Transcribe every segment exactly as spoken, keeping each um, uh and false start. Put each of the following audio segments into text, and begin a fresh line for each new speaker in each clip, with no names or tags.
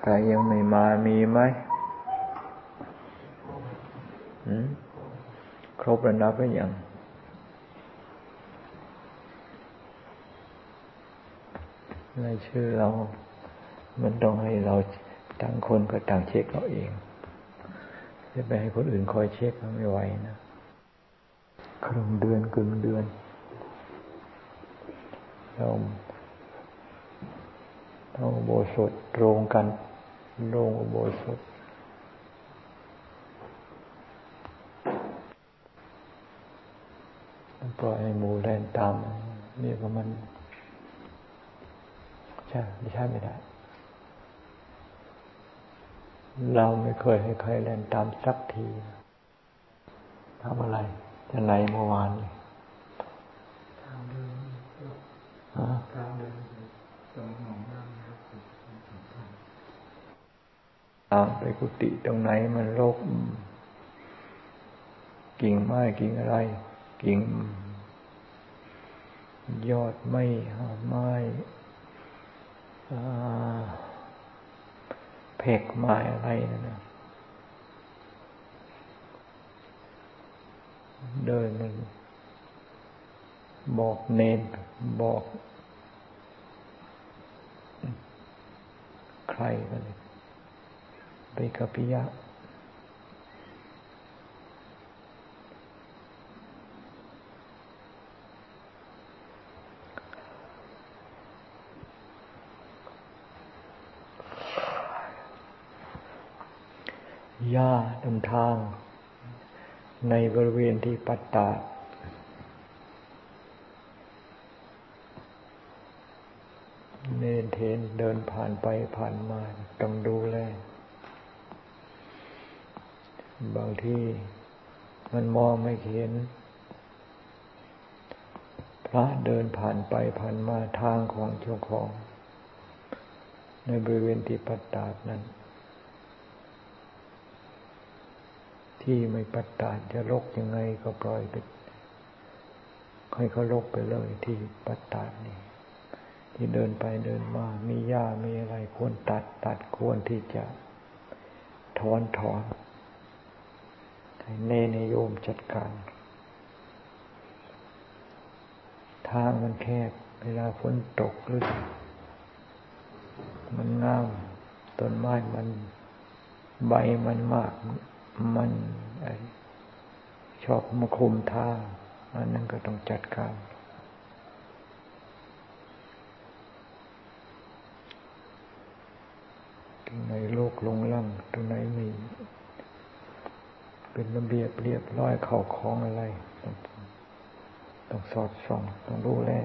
รยังไม่มามีไหมครบแล้วนับหรือยังรายชื่อเรามันต้องให้เราต่างคนก็ต่างเช็คเราเองจะไปให้คนอื่นคอยเช็คก็ไม่ไหวนะครึ่งเดือนกึ่งเดือนเราเราอุโบสถโรงกันโรงอุโบสถปล่อยให้หมูแล่นตามนี่ก็มันใช่ไม่ใช่ไม่ได้เราไม่เคยให้ใครแล่นตามสักทีทำอะไรจะไหนเมื่อวานเลยฮะเอาไปกุฏิตรงไหนมันรกกิ่งไม้กิ่งอะไรกิ่งยอดไม้ไม้เพกไม้อะไรนั่นนะเดินมันบอกเนนบอกใครกันเลยไปกัปปิยะหญ้าตามทางในบริเวณที่ปัตตาเนนเทนเดินผ่านไปผ่านมาต้องดูแลบางทีมันมองไม่เห็นพระเดินผ่านไปผ่านมาทางของเจ้าของในบริเวณที่ปัตตานั้นที่ไม่ปัตตาจะรกยังไงก็ปล่อยไปให้เขารกไปเลยที่ปัตตานี่ที่เดินไปเดินมามีหญ้ามีอะไรควรตัดตัดควรที่จะถอนถอนให้เนรโยมจัดการทางมันแคบเวลาฝนตกหรือมันงามต้นไม้มันใบมันมากมันชอบมาคุมทางอันนั้นก็ต้องจัดการตรงไหนโลกลงล่างตรงไหนมีเป็นระเบียบเรียบร้อยเข้าของอะไรต้องสอดส่องต้องดูแล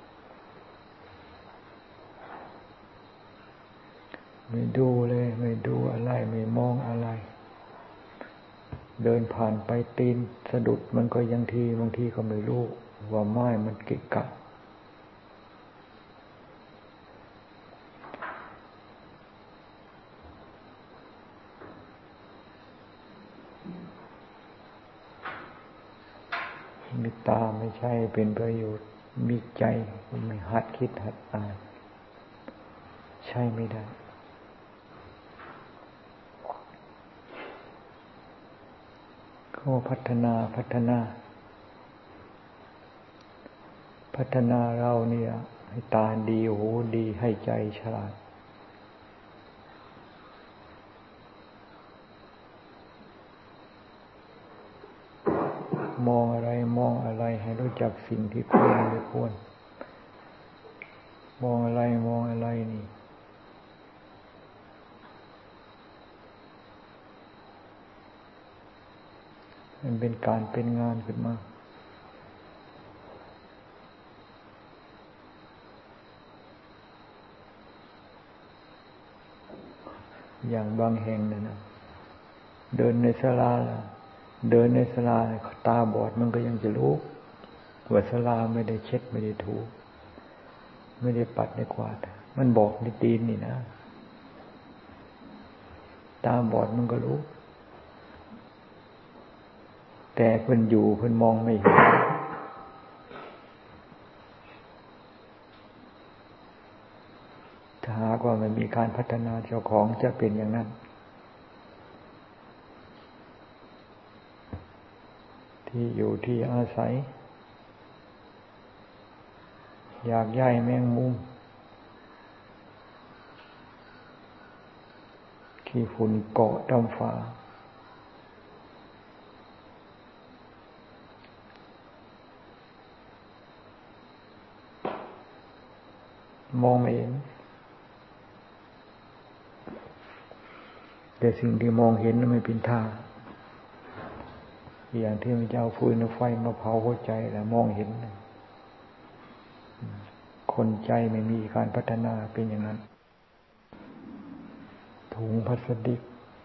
ไม่ดูเลยไม่ดูอะไรไม่มองอะไรเดินผ่านไปตีนสะดุดมันก็ยังทีบางทีก็ไม่รู้ว่าไม้มันเกะกะมีตาไม่ใช่เป็นประโยชน์มีใจไม่หัดคิดหัดอ่านใช่ไม่ได้เขาพัฒนาพัฒนาพัฒนาเราเนี่ยให้ตาดีหูดีให้ใจฉลาดมองอะไรมองอะไรให้รู้จักสิ่งที่ควรไม่ควรมองอะไรมองอะไรนี่มันเป็นการเป็นงานขึ้นมาอย่างบางแห่งเนี่ยนะเดินในศาลาเดินในศาลาตาบอดมันก็ยังจะรู้ว่าศาลาไม่ได้เช็ดไม่ได้ถูไม่ได้ปัดได้กวาดมันบอกในตีนนี่นะตาบอดมันก็รู้แต่เพิ่นอยู่เพิ่นมองไม่เห็นถ้าหากว่ามันมีการพัฒนาเจ้าของจะเป็นอย่างนั้นที่อยู่ที่อาศัยอยากย้ายแมงมุมขี้ฝุ่นเกาะตามฝามองไม่เห็นแต่สิ่งที่มองเห็นนั้นไม่เป็นท่าอย่างที่มันจะเอาฟืนเอาไฟมาเผาหัวใจแล้วมองเห็นคนใจไม่มีการพัฒนาเป็นอย่างนั้นถุงพลาสติก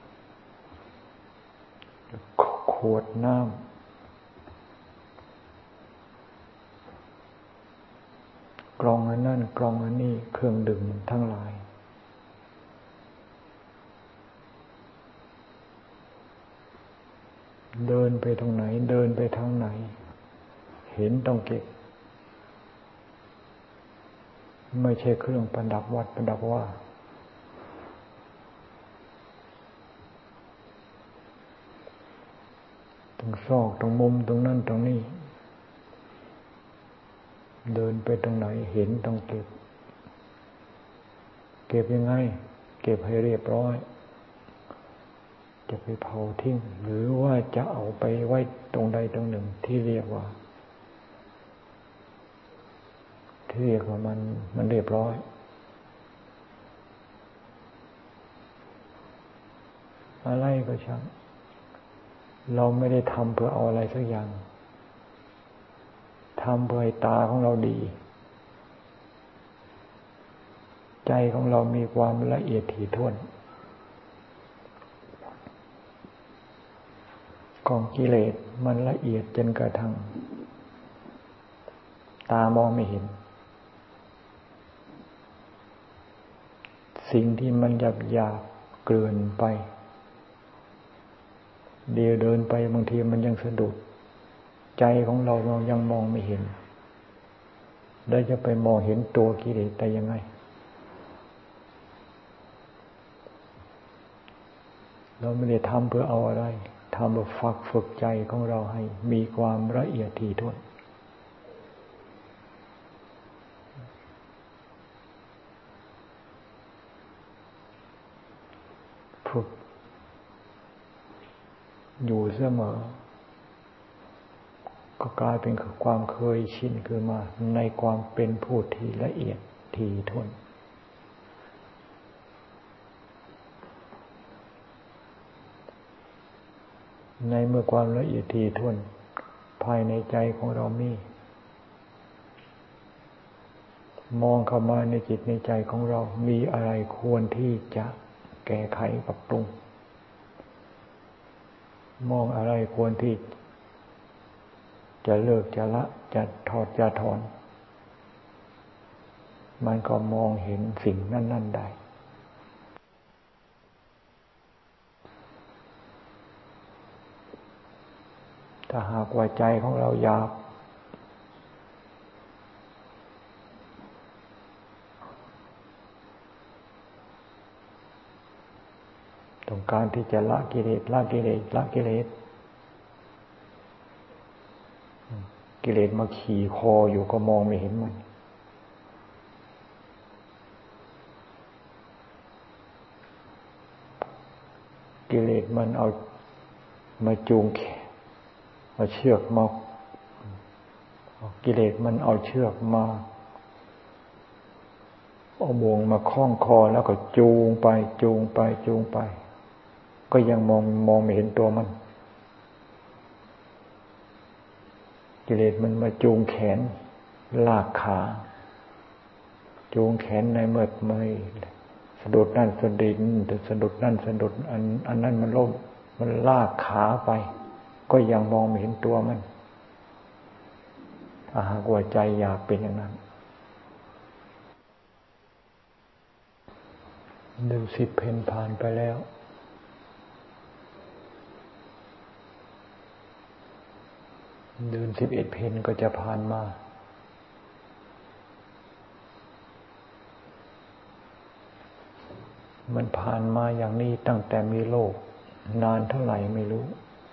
ขวดน้ำกล่องอันนั่นกล่องอันนี้เครื่องดื่มทั้งหลายเดินไปตรงไหนเดินไปทางไหนเห็นต้องเก็บไม่ใช่เครื่องประดับวัดประดับว่าตรงซอกตรงมุมตรงนั้นตรงนี้เดินไปตรงไหนเห็นต้องเก็บเก็บยังไงเก็บให้เรียบร้อยจะไปเผาทิ้งหรือว่าจะเอาไปไว้ตรงใดตรงหนึ่งที่เรียกว่าที่เรียกว่ามันมันเรียบร้อยอะไรก็ช่างเราไม่ได้ทำเพื่อเอาอะไรสักอย่างทำเพื่อให้ตาของเราดีใจของเรามีความละเอียดถี่ถ้วนกองกิเลสมันละเอียดจนกระทั่งตามองไม่เห็นสิ่งที่มันหยาบหยาบเกินไปเดี๋ยวเดินไปบางทีมันยังสะดุดใจของเราเรายังมองไม่เห็นแล้วจะไปมองเห็นตัวกิเลสได้ยังไงเราไม่ได้ทำเพื่อเอาอะไรทำเพื่อฝึกฝึกใจของเราให้มีความละเอียดถี่ถ้วนฝึกอยู่เสมอก็กลายเป็นความเคยชินขึ้นมาในความเป็นผู้ที่ละเอียดถี่ถ้วนในเมื่อความละเอียดถี่ถ้วนภายในใจของเรามีมองเข้ามาในจิตในใจของเรามีอะไรควรที่จะแก้ไขปรับปรุงมองอะไรควรที่จะเลิกจะละจะถอดจะถอนมันก็มองเห็นสิ่งนั้นๆได้ถ้าหากว่าใจของเราหยาบต้องการที่จะละกิเลสละกิเลสละกิเลสกิเลสมาขี่คออยู่ก็มองไม่เห็นมันกิเลสมันเอามาจูงแขนเอาเชือกมากิเลสมันเอาเชือกมาเอาบ่วงมาคล้องคอแล้วก็จูงไปจูงไปจูงไปก็ยังมองมองไม่เห็นตัวมันกิเลสมันมาจูงแขนลากขาจูงแขนในเมื่อไม่สะดุดนั่นสะดุดสะดุดนั่นสะดุดอันอันนั้นมันล้มมันลากขาไปก็ยังมองไม่เห็นตัวมันถ้าหากว่าใจอยากเป็นอย่างนั้นเดือนสิบเพนผ่านไปแล้วเดือนสิบเอ็ดเพนก็จะผ่านมามันผ่านมาอย่างนี้ตั้งแต่มีโลกนานเท่าไหร่ไม่รู้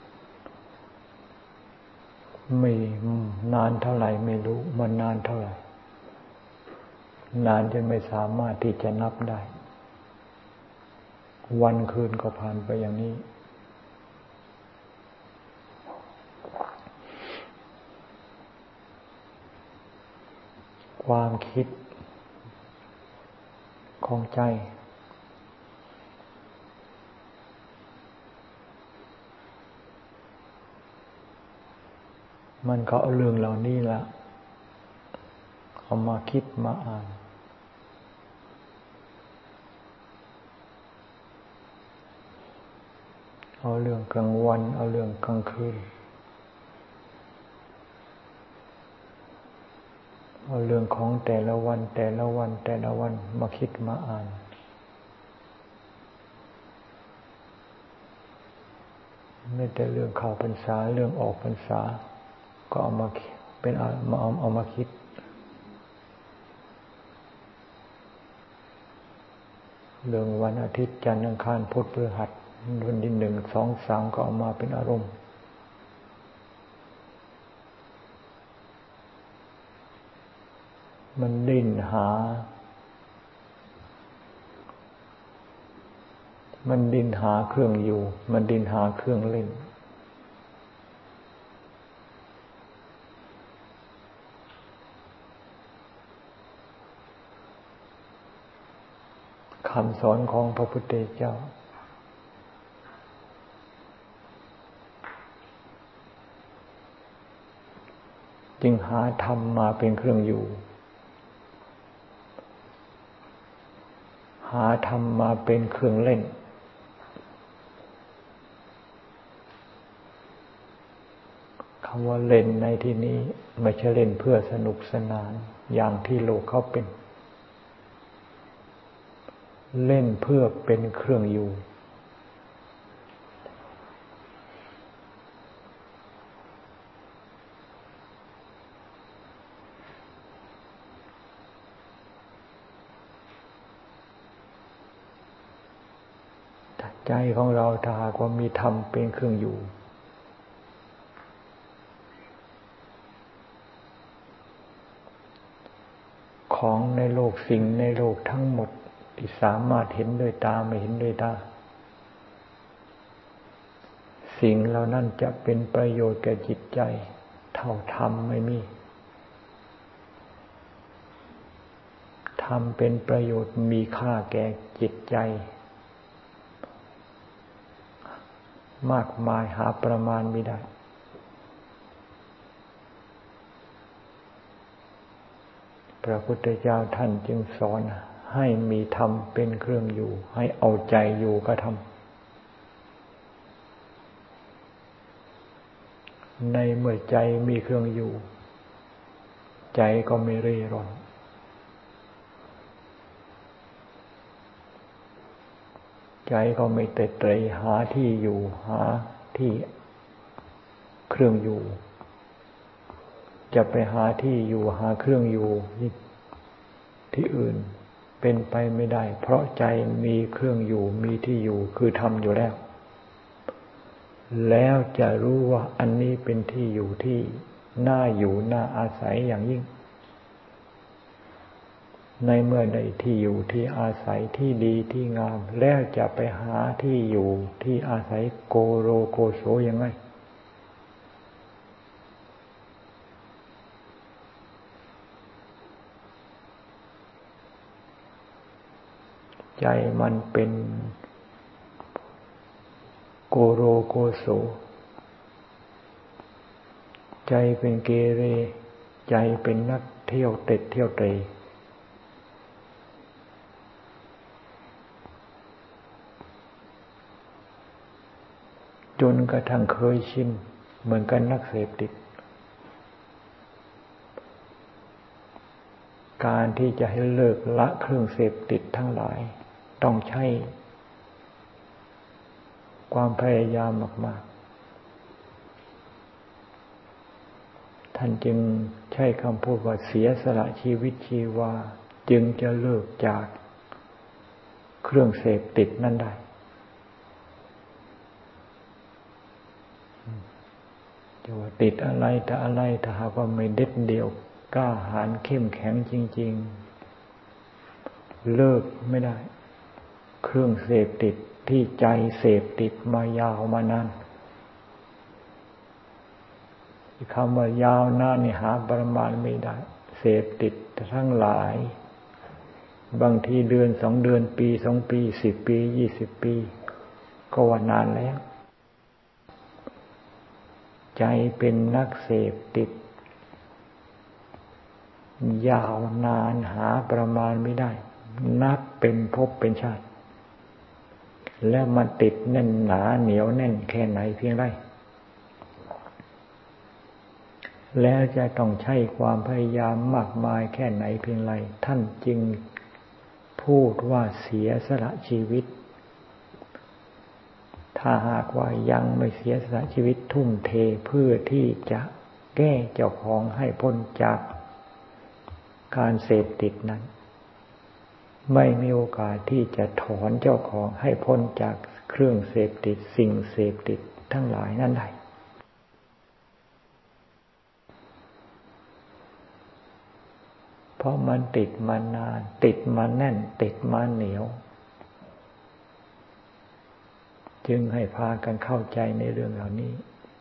ไม่นานเท่าไหร่ไม่รู้มันนานเท่าไหร่นานจนไม่สามารถที่จะนับได้วันคืนก็ผ่านไปอย่างนี้ความคิดของใจมันก็เอาเรื่องเหล่านี้ละเอามาคิดมาอ่านเอาเรื่องกลางวันเอาเรื่องกลางคืนเอาเรื่องของแต่ละวันแต่ละวันแต่ละวันมาคิดมาอ่านไม่แต่เรื่องเข้าพรรษาเรื่องออกพรรษาก็เอามาเป็นเอาเอาเอามาคิดเรื่องวันอาทิตย์จันทร์อังคารพุธพฤหัสวันที่หนึ่งสองสามก็เอามาเป็นอารมณ์มันดิ้นหามันดิ้นหาเครื่องอยู่มันดิ้นหาเครื่องเล่นคำสอนของพระพุทธเจ้าจึงหาธรรมมาเป็นเครื่องอยู่หาธรรมมาเป็นเครื่องเล่นคำว่าเล่นในที่นี้ไม่ใช่เล่นเพื่อสนุกสนานอย่างที่โลกเขาเป็นเล่นเพื่อเป็นเครื่องอยู่ใจของเราถ้าหากว่ามีธรรมเป็นเครื่องอยู่ของในโลกสิ่งในโลกทั้งหมดที่สามารถเห็นด้วยตาไม่เห็นด้วยตาสิ่งเหล่านั้นจะเป็นประโยชน์แก่จิตใจเท่าธรรมไม่มีธรรมเป็นประโยชน์มีค่าแก่จิตใจมากมายหาประมาณไม่ได้พระพุทธเจ้าท่านจึงสอนให้มีธรรมเป็นเครื่องอยู่ให้เอาใจอยู่กับธรรมในเมื่อใจมีเครื่องอยู่ใจก็ไม่เร่ร่อนใจก็ไม่เตะเตร่หาที่อยู่หาที่เครื่องอยู่จะไปหาที่อยู่หาเครื่องอยู่ที่อื่นเป็นไปไม่ได้เพราะใจมีเครื่องอยู่มีที่อยู่คือธรรมอยู่แล้วแล้วจะรู้ว่าอันนี้เป็นที่อยู่ที่น่าอยู่น่าอาศัยอย่างยิ่งในเมื่อใดที่อยู่ที่อาศัยที่ดีที่งามแล้วจะไปหาที่อยู่ที่อาศัยโกโรโกโสยังไงใจมันเป็นโกโรโกโสใจเป็นเกเรใจเป็นนักเที่ยวเต็ดเที่ยวเตร่จนกระทั่งเคยชินเหมือนกันนักเสพติดการที่จะให้เลิกละเครื่องเสพติดทั้งหลายต้องใช้ความพยายามมากๆท่านจึงใช้คำพูดว่าเสียสละชีวิตชีวาจึงจะเลิกจากเครื่องเสพติดนั่นได้จะว่าติดอะไรแต่อะไรถ้าหากว่าไม่เด็ดเดี่ยวกล้าหาญเข้มแข็งจริงๆเลิกไม่ได้เครื่องเสพติดที่ใจเสพติดมายาวมานานคำว่ายาวนานนี่หาประมาณไม่ได้เสพติดทั้งหลายบางทีเดือนสองเดือนปีสองปีสิบปียี่สิบปีก็ว่านานแล้วใจเป็นนักเสพติดยาวนานหาประมาณไม่ได้นับเป็นภพเป็นชาติแล้วมันติดแน่นหนาเหนียวแน่นแค่ไหนเพียงไรแล้วจะต้องใช้ความพยายามมากมายแค่ไหนเพียงไรท่านจึงพูดว่าเสียสละชีวิตถ้าหากว่ายังไม่เสียสละชีวิตทุ่มเทเพื่อที่จะแก้เจ้าของให้พ้นจากการเสพติดนั้นไม่มีโอกาสที่จะถอนเจ้าของให้พ้นจากเครื่องเสพติดสิ่งเสพติดทั้งหลายนั่นได้เพราะมันติดมานานติดมาแน่นติดมาเหนียวจึงให้พากันเข้าใจในเรื่องเหล่านี้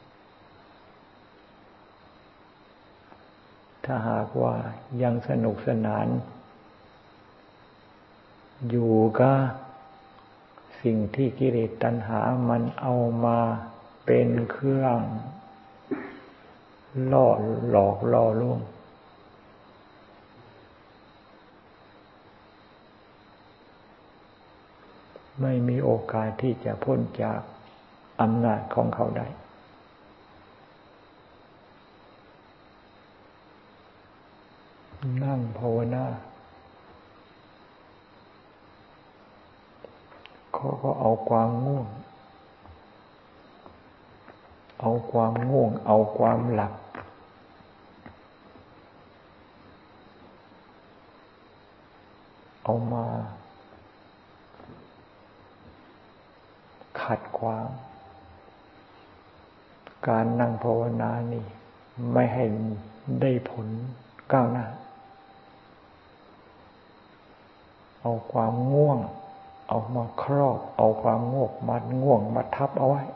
ถ้าหากว่ายังสนุกสนานอยู่กับสิ่งที่กิเลสตัณหามันเอามาเป็นเครื่องล่อหลอกล่อลวงไม่มีโอกาสที่จะพ้นจากอำนาจของเขาได้นั่งภาวนาเขาก็เอาความง่วงเอาความง่วงเอาความหลับเอามาขัดขวางการนั่งภาวนานี่ไม่ให้ได้ผลก้าวหน้าเอาความง่วงเอามาครอบเอาความง่วงมัดง่วงมาทับเอาไว้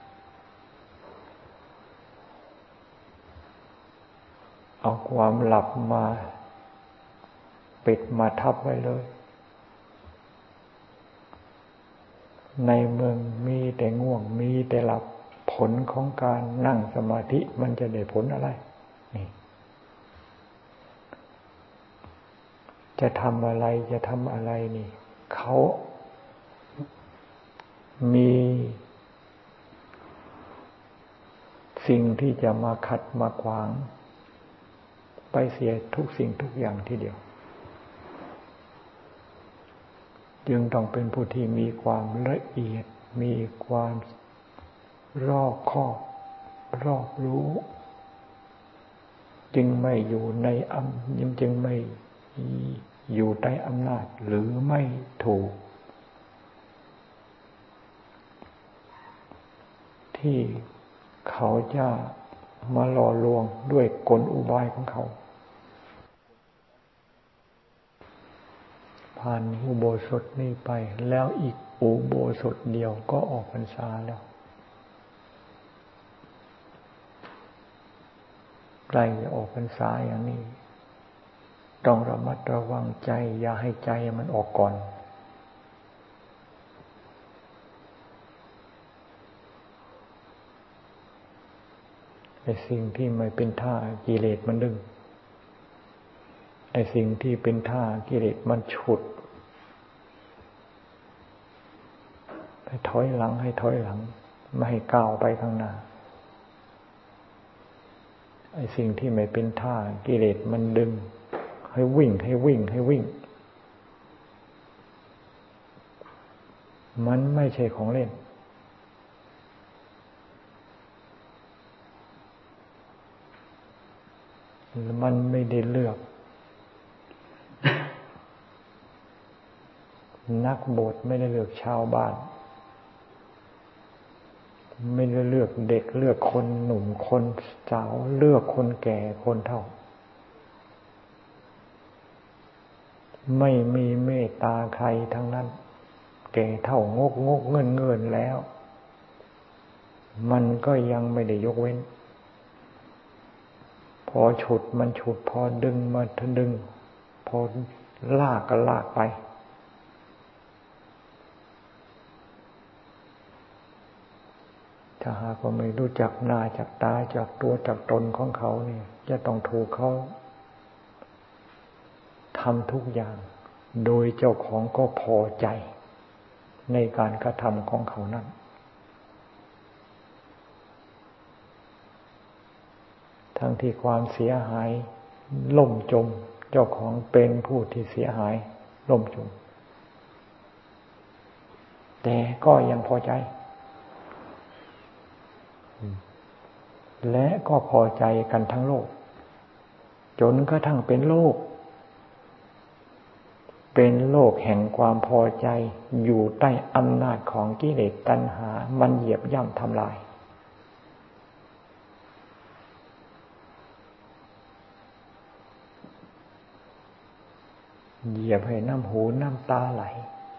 เอาความหลับมาปิดมาทับไว้เลยในเมืองมีแต่ง่วงมีแต่หลับผลของการนั่งสมาธิมันจะได้ผลอะไรนี่จะทำอะไรจะทำอะไรนี่เขามีสิ่งที่จะมาขัดมาขวางไปเสียทุกสิ่งทุกอย่างทีเดียวจึงต้องเป็นผู้ที่มีความละเอียดมีความรอบคอบรอบรู้จึงไม่อยู่ในอำจึงจึงไม่อยู่ใต้อำนาจหรือไม่ถูกที่เขาจะมาหล่อลวงด้วยกลอุบายของเขาผ่านอุโบสถนี้ไปแล้วอีกอุโบสถเดียวก็ออกพรรษาแล้วใกล้จะออกพรรษาอย่างนี้ต้องระมัดระวังใจอย่าให้ใจมันออกก่อนไอ้สิ่งที่ไม่เป็นท่ากิเลสมันดึงไอ้สิ่งที่เป็นท่ากิเลสมันฉุดให้ถอยหลังให้ถอยหลังไม่ให้ก้าวไปข้างหน้าไอ้สิ่งที่ไม่เป็นท่ากิเลสมันดึงให้วิ่งให้วิ่งให้วิ่งมันไม่ใช่ของเล่นมันไม่ได้เลือกนักบวชไม่ได้เลือกชาวบ้านไม่ได้เลือกเด็กเลือกคนหนุ่มคนสาวเลือกคนแก่คนเฒ่าไม่มีเมตตาใครทั้งนั้นแก่เฒ่างกงกเงินเงินแล้วมันก็ยังไม่ได้ยกเว้นพอฉุดมันฉุดพอดึงมันดึงพอลากก็ลากไปถ้าหากว่าไม่รู้จักหน้าจักตาจักตัวจักตนของเขาเนี่ยจะต้องถูกเขาทำทุกอย่างโดยเจ้าของก็พอใจในการกระทำของเขานั้นทั้งที่ความเสียหายล่มจมเจ้าของเป็นผู้ที่เสียหายล่มจมแต่ก็ยังพอใจและก็พอใจกันทั้งโลกจนกระทั่งเป็นโลกเป็นโลกแห่งความพอใจอยู่ใต้อำนาจของกิเลสตัณหามันเหยียบย่ำทำลายเหยียบให้น้ำหูน้ำตาไหล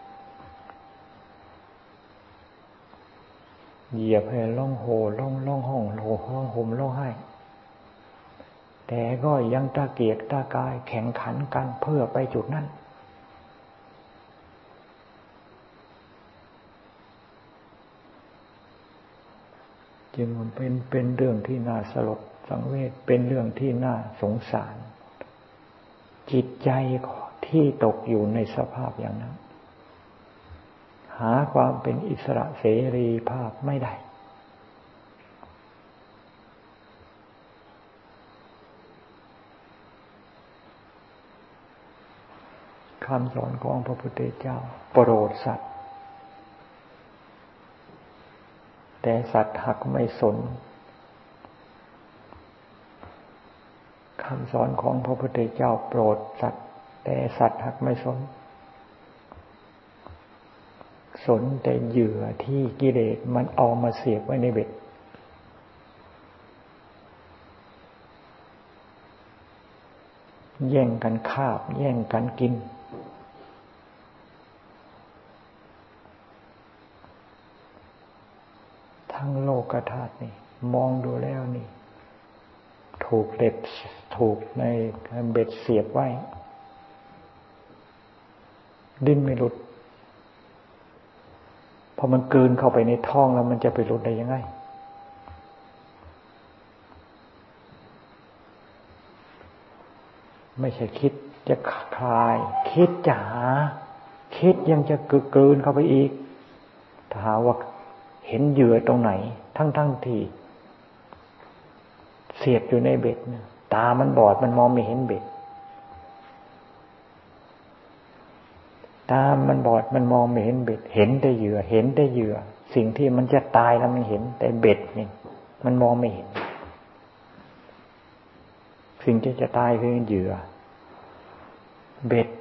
เหยียบให้ร้องโห่ร้องร้องห้องโห่ร้องห่มร้องไห้แต่ก็ยังตะเกียกตะกายแข่งขันกันเพื่อไปจุดนั้นจึงมันเป็นเป็นเรื่องที่น่าสลดสังเวชเป็นเรื่องที่น่าสงสารจิตใจที่ตกอยู่ในสภาพอย่างนั้นหาความเป็นอิสระเสรีภาพไม่ได้คำสอนของพระพุทธเจ้าโปรดสัตว์แต่สัตว์หักไม่สนคำสอนของพระพุทธเจ้าโปรดสัตว์แต่สัตว์หักไม่สนสนแต่เหยื่อที่กิเลสมันเอามาเสียบไว้ในเบ็ดแย่งกันคาบแย่งกันกินทั้งโลกธาตุนี่มองดูแล้วนี่ถูกเล็บถูกในเบ็ดเสียบไว้ดิ้นไม่หลุดพอมันกลืนเข้าไปในท้องแล้วมันจะไปหลุดได้ยังไงไม่ใช่คิดจะคลายคิดจะหาคิดยังจะกลืนเข้าไปอีกถ้าหาว่าเห็นเหยื่อตรงไหนทั้งๆที่เสียบอยู่ในเบ็ดเนี่ยตามันบอดมันมองไม่เห็นเบ็ดตามันบอดมันมองไม่เห็นเบ็ดเห็นแต่เหยื่อเห็นแต่เหยื่อสิ่งที่มันจะตายแล้วมันเห็นแต่เบ็ดนี่มันมองไม่เห็นสิ่งที่จะตายคือเหยื่อเบ็ด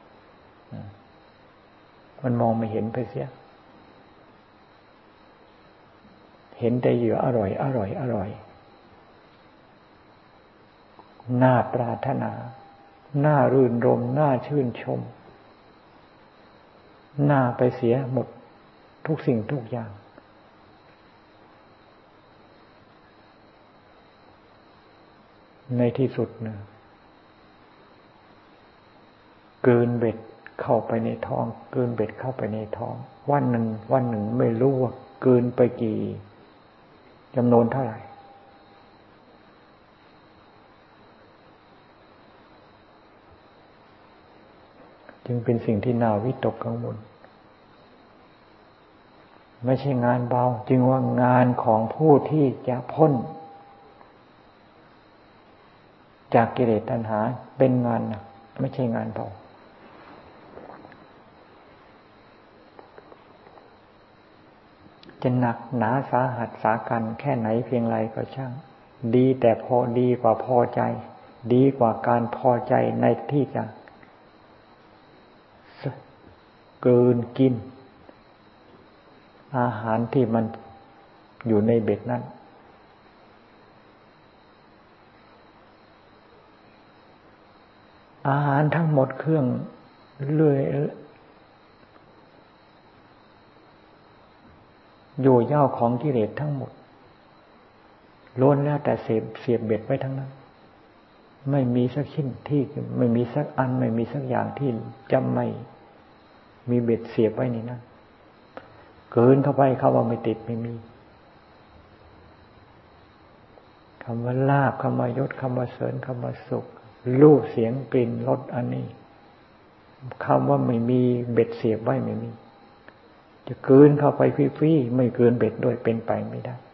มันมองไม่เห็นไปเสียเห็นแต่เหยื่ออร่อยอร่อยอร่อยน่าปรารถนาน่ารื่นรมน่าชื่นชมน่าไปเสียหมดทุกสิ่งทุกอย่างในที่สุดเนี่ยกลืนเบ็ดเข้าไปในท้องกลืนเบ็ดเข้าไปในท้องวันหนึ่งวันหนึ่งไม่รู้ว่ากลืนไปกี่จำนวนเท่าไหร่จึงเป็นสิ่งที่น่าวิตกกังวลไม่ใช่งานเบาจึงว่างานของผู้ที่จะพ้นจากกิเลสตัณหาเป็นงานหนักไม่ใช่งานเบาจะหนักหนาสาหัสสากันแค่ไหนเพียงไรก็ช่างดีแต่พอดีกว่าพอใจดีกว่าการพอใจในที่จะเกินกินอาหารที่มันอยู่ในเบ็ดนั้นอาหารทั้งหมดเครื่องเลื่อยอยู่เย่าของกิเลสทั้งหมดล้วนแล้วแต่เสียบเสียบเบ็ดไว้ทั้งนั้นไม่มีสักชิ้นที่ไม่มีสักอันไม่มีสักอย่างที่จะไม่มีเบ็ดเสียบไว้นี่นะเกินเข้าไปเขาว่าไม่ติดไม่มีคำว่าลาภคำว่ายศคำว่าเสริญคำว่าสุขรูปเสียงกลิ่นรสอันนี้คำว่าไม่มีเบ็ดเสียบไว้ไม่มีจะเกินเข้าไปฟรีๆไม่เกินเบ็ดด้วยเป็นไปไม่ได้